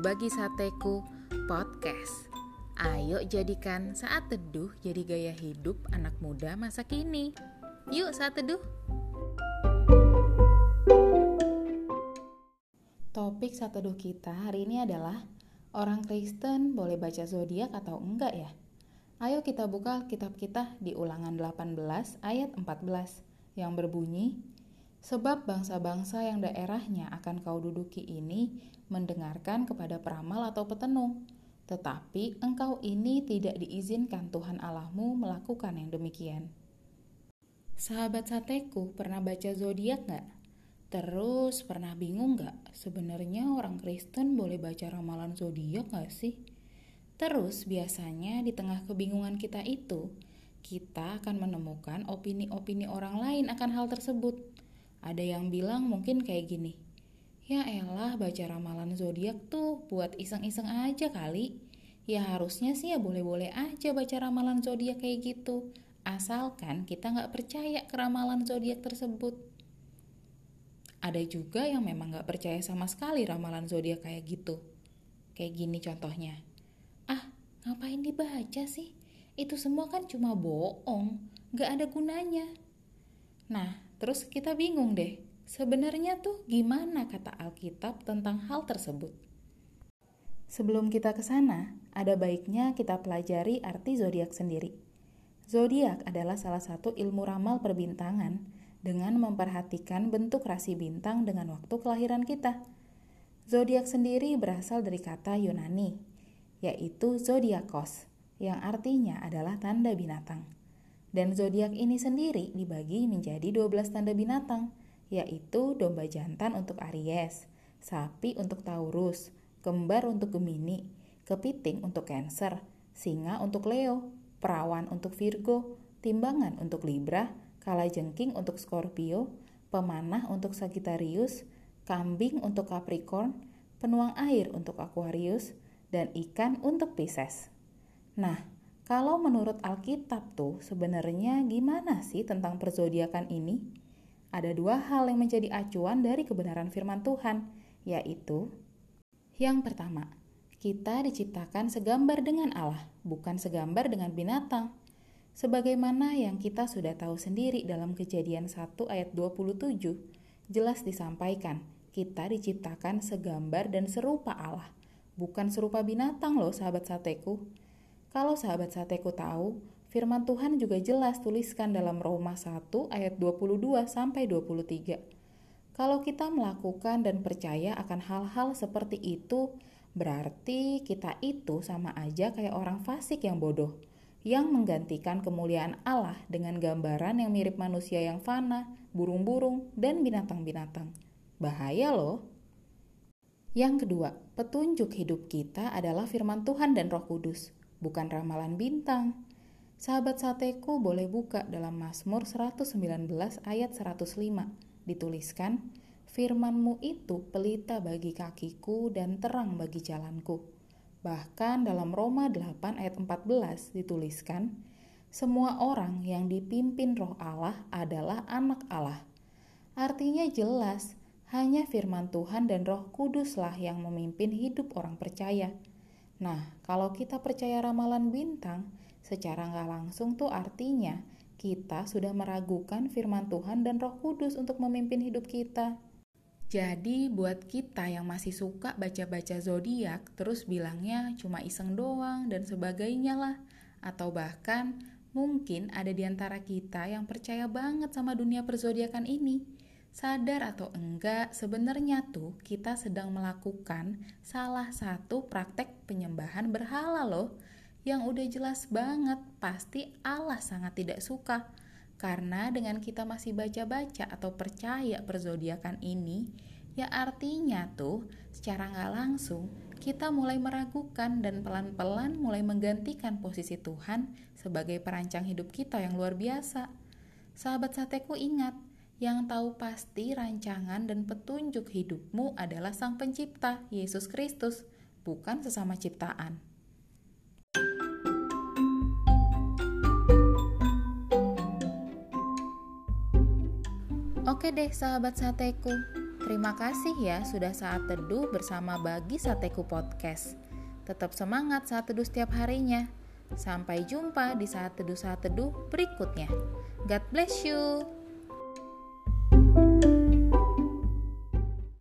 Berbagi Sateku Podcast. Ayo jadikan saat teduh jadi gaya hidup anak muda masa kini. Yuk saat teduh. Topik saat teduh kita hari ini adalah orang Kristen boleh baca zodiak atau enggak ya? Ayo kita buka kitab kita di Ulangan 18 ayat 14 yang berbunyi, sebab bangsa-bangsa yang daerahnya akan kau duduki ini mendengarkan kepada peramal atau petenung, tetapi engkau ini tidak diizinkan Tuhan Allahmu melakukan yang demikian. Sahabat sateku, pernah baca zodiak gak? Terus pernah bingung gak? Sebenarnya orang Kristen boleh baca ramalan zodiak gak sih? Terus biasanya di tengah kebingungan kita itu, kita akan menemukan opini-opini orang lain akan hal tersebut. Ada yang bilang mungkin kayak gini, ya elah baca ramalan zodiak tuh buat iseng-iseng aja kali. Ya harusnya sih ya boleh-boleh aja baca ramalan zodiak kayak gitu, asalkan kita gak percaya ke ramalan zodiak tersebut. Ada juga yang memang gak percaya sama sekali ramalan zodiak kayak gitu. Kayak gini contohnya, ngapain dibaca sih? Itu semua kan cuma bohong, gak ada gunanya. Nah, terus kita bingung deh, sebenarnya tuh gimana kata Alkitab tentang hal tersebut? Sebelum kita ke sana, ada baiknya kita pelajari arti zodiak sendiri. Zodiak adalah salah satu ilmu ramal perbintangan dengan memperhatikan bentuk rasi bintang dengan waktu kelahiran kita. Zodiak sendiri berasal dari kata Yunani, yaitu zodiakos, yang artinya adalah tanda binatang. Dan zodiak ini sendiri dibagi menjadi 12 tanda binatang, yaitu domba jantan untuk Aries, sapi untuk Taurus, kembar untuk Gemini, kepiting untuk Cancer, singa untuk Leo, perawan untuk Virgo, timbangan untuk Libra, kalajengking untuk Scorpio, pemanah untuk Sagittarius, kambing untuk Capricorn, penuang air untuk Aquarius, dan ikan untuk Pisces. Nah, kalau menurut Alkitab tuh sebenarnya gimana sih tentang perzodiakan ini? Ada dua hal yang menjadi acuan dari kebenaran firman Tuhan, yaitu yang pertama, kita diciptakan segambar dengan Allah, bukan segambar dengan binatang. Sebagaimana yang kita sudah tahu sendiri dalam Kejadian 1 ayat 27, jelas disampaikan, kita diciptakan segambar dan serupa Allah, bukan serupa binatang loh sahabat sateku. Kalau sahabat sateku tahu, firman Tuhan juga jelas tuliskan dalam Roma 1 ayat 22 sampai 23. Kalau kita melakukan dan percaya akan hal-hal seperti itu, berarti kita itu sama aja kayak orang fasik yang bodoh, yang menggantikan kemuliaan Allah dengan gambaran yang mirip manusia yang fana, burung-burung, dan binatang-binatang. Bahaya loh. Yang kedua, petunjuk hidup kita adalah firman Tuhan dan Roh Kudus, bukan ramalan bintang. Sahabat sateku boleh buka dalam Mazmur 119 ayat 105. Dituliskan, firman-Mu itu pelita bagi kakiku dan terang bagi jalanku. Bahkan dalam Roma 8 ayat 14 dituliskan, semua orang yang dipimpin Roh Allah adalah anak Allah. Artinya jelas, hanya firman Tuhan dan Roh Kuduslah yang memimpin hidup orang percaya. Nah, kalau kita percaya ramalan bintang, secara nggak langsung tuh artinya kita sudah meragukan firman Tuhan dan Roh Kudus untuk memimpin hidup kita. Jadi buat kita yang masih suka baca-baca zodiak, terus bilangnya cuma iseng doang dan sebagainya lah, atau bahkan mungkin ada di antara kita yang percaya banget sama dunia perzodiakan ini. Sadar atau enggak, sebenarnya tuh kita sedang melakukan salah satu praktek penyembahan berhala loh, yang udah jelas banget pasti Allah sangat tidak suka. Karena dengan kita masih baca-baca atau percaya perzodiakan ini, ya artinya tuh secara nggak langsung kita mulai meragukan dan pelan-pelan mulai menggantikan posisi Tuhan sebagai perancang hidup kita yang luar biasa. Sahabat sateku ingat, yang tahu pasti rancangan dan petunjuk hidupmu adalah Sang Pencipta, Yesus Kristus, bukan sesama ciptaan. Oke deh sahabat sateku, Terima kasih ya sudah saat teduh bersama Bagi Sateku Podcast. Tetap semangat saat teduh setiap harinya. Sampai jumpa di saat teduh berikutnya. God bless you.